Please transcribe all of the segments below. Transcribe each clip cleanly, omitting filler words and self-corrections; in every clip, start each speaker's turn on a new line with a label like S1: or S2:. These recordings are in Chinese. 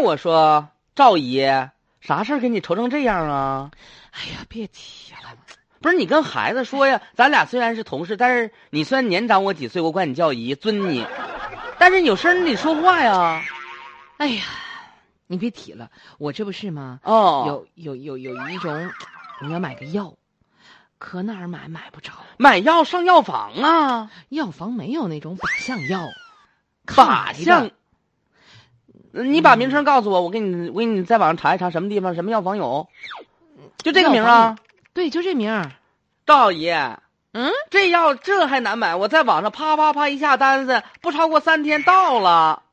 S1: 我说赵姨，啥事儿给你愁成这样啊？
S2: 哎呀，别提了。
S1: 不是你跟孩子说呀，咱俩虽然是同事，但是你虽然年长我几岁，我管你叫姨，尊你，但是有声你得说话呀。
S2: 哎呀，你别提了，我这不是吗？
S1: 哦，
S2: 有一种，我要买个药，可哪儿买不着。
S1: 买药上药房啊？
S2: 药房没有那种靶向药。
S1: 靶向？你把名称告诉我，我给你在网上查一查什么地方什么药房有，就这个名啊？
S2: 对，就这名。
S1: 赵姨，这药这还难买？我在网上啪啪啪一下单子，不超过3天到了。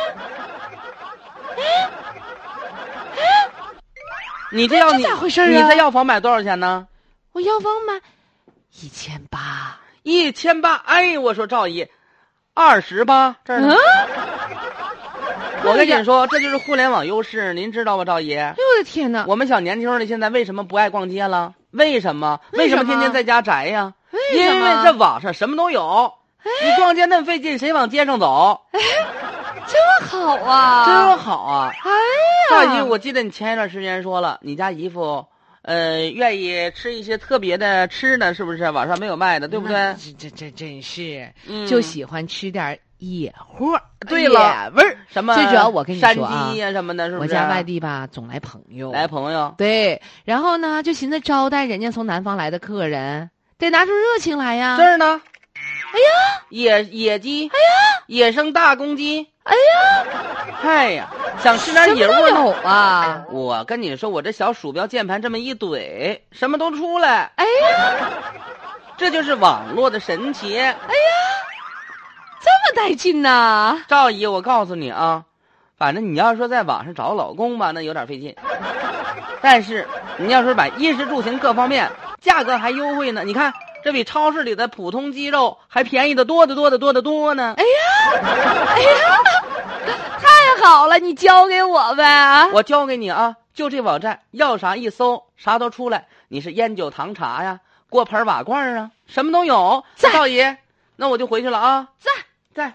S1: 你这药
S2: 这咋回事啊？
S1: 你在药房买多少钱呢？
S2: 我药房买1800。
S1: 1800？哎，我说赵姨，28这儿呢。我跟你说，这就是互联网优势，您知道吗，赵姨？
S2: 哎呦我的天哪！
S1: 我们小年轻的现在为什么不爱逛街了？为什么天天在家宅呀？因为这网上什么都有，你逛街那么费劲，谁往街上走？
S2: 真好啊！
S1: 真好啊！
S2: 哎呀，
S1: 赵姨，我记得你前一段时间说了，你家姨夫，愿意吃一些特别的吃的，是不是？网上没有卖的，对不对？
S2: 这真是，就喜欢吃点野货。
S1: 对了，
S2: 野味儿
S1: 什么？
S2: 最主要我跟你说啊，
S1: 山鸡呀什么的，是不是？
S2: 我家外地吧，总来朋友。
S1: 对，
S2: 然后呢，就寻思招待人家从南方来的客人，得拿出热情来呀。
S1: 这儿呢？
S2: 哎呀，
S1: 野鸡。
S2: 哎呀，
S1: 野生大公鸡。
S2: 哎呀，
S1: 哎呀，想吃点野味
S2: 有啊！
S1: 我跟你说，我这小鼠标键盘这么一怼，什么都出来。
S2: 哎呀，
S1: 这就是网络的神奇。哎呀，
S2: 这么带劲呐！
S1: 赵姨，我告诉你啊，反正你要说在网上找老公吧，那有点费劲。但是你要说买衣食住行各方面，价格还优惠呢。你看，这比超市里的普通鸡肉还便宜的多呢。
S2: 哎呀，太好了，你教给我呗。
S1: 我教给你啊，就这网站，要啥一搜，啥都出来。你是烟酒糖茶呀，锅盆瓦罐啊，什么都有。赵姨，那我就回去了啊。在。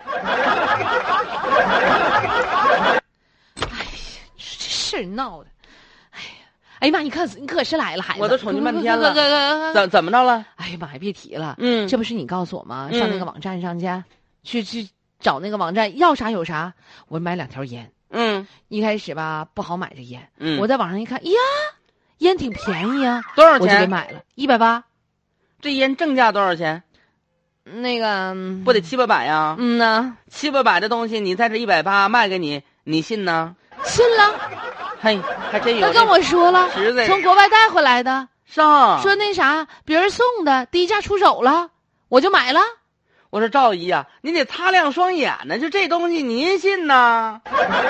S2: 哎呀，这事儿闹的。哎呀妈！你可是来了，孩子！
S1: 我都瞅你半天了，怎么着了？
S2: 哎呀妈呀！别提了，
S1: 这
S2: 不是你告诉我吗？上那个网站上去找那个网站，要啥有啥。我买2条烟，一开始吧不好买这烟，我在网上一看，呀，烟挺便宜啊，
S1: 多少钱？
S2: 我就给买了180。
S1: 这烟正价多少钱？
S2: 那个
S1: 不得700-800呀？700-800的东西，你在这180卖给你，你信呢？
S2: 信了。
S1: 嘿，还真有。
S2: 他跟我说了，从国外带回来的，说那啥别人送的，低价出手了，我就买了。
S1: 我说赵姨呀，您得擦亮双眼呢，就这东西您信呢？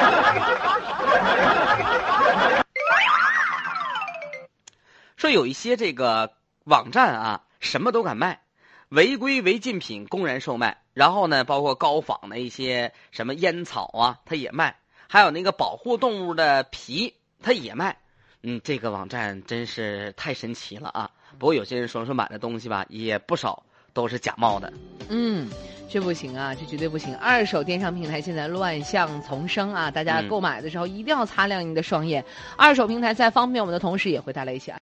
S1: 说有一些这个网站啊，什么都敢卖，违规违禁品公然售卖，然后呢，包括高仿的一些什么烟草啊，它也卖。还有那个保护动物的皮，它也卖。这个网站真是太神奇了啊！不过有些人说买的东西吧，也不少都是假冒的。
S2: 这不行啊，这绝对不行。二手电商平台现在乱象丛生啊，大家购买的时候一定要擦亮你的双眼。二手平台在方便我们的同时，也会带来一些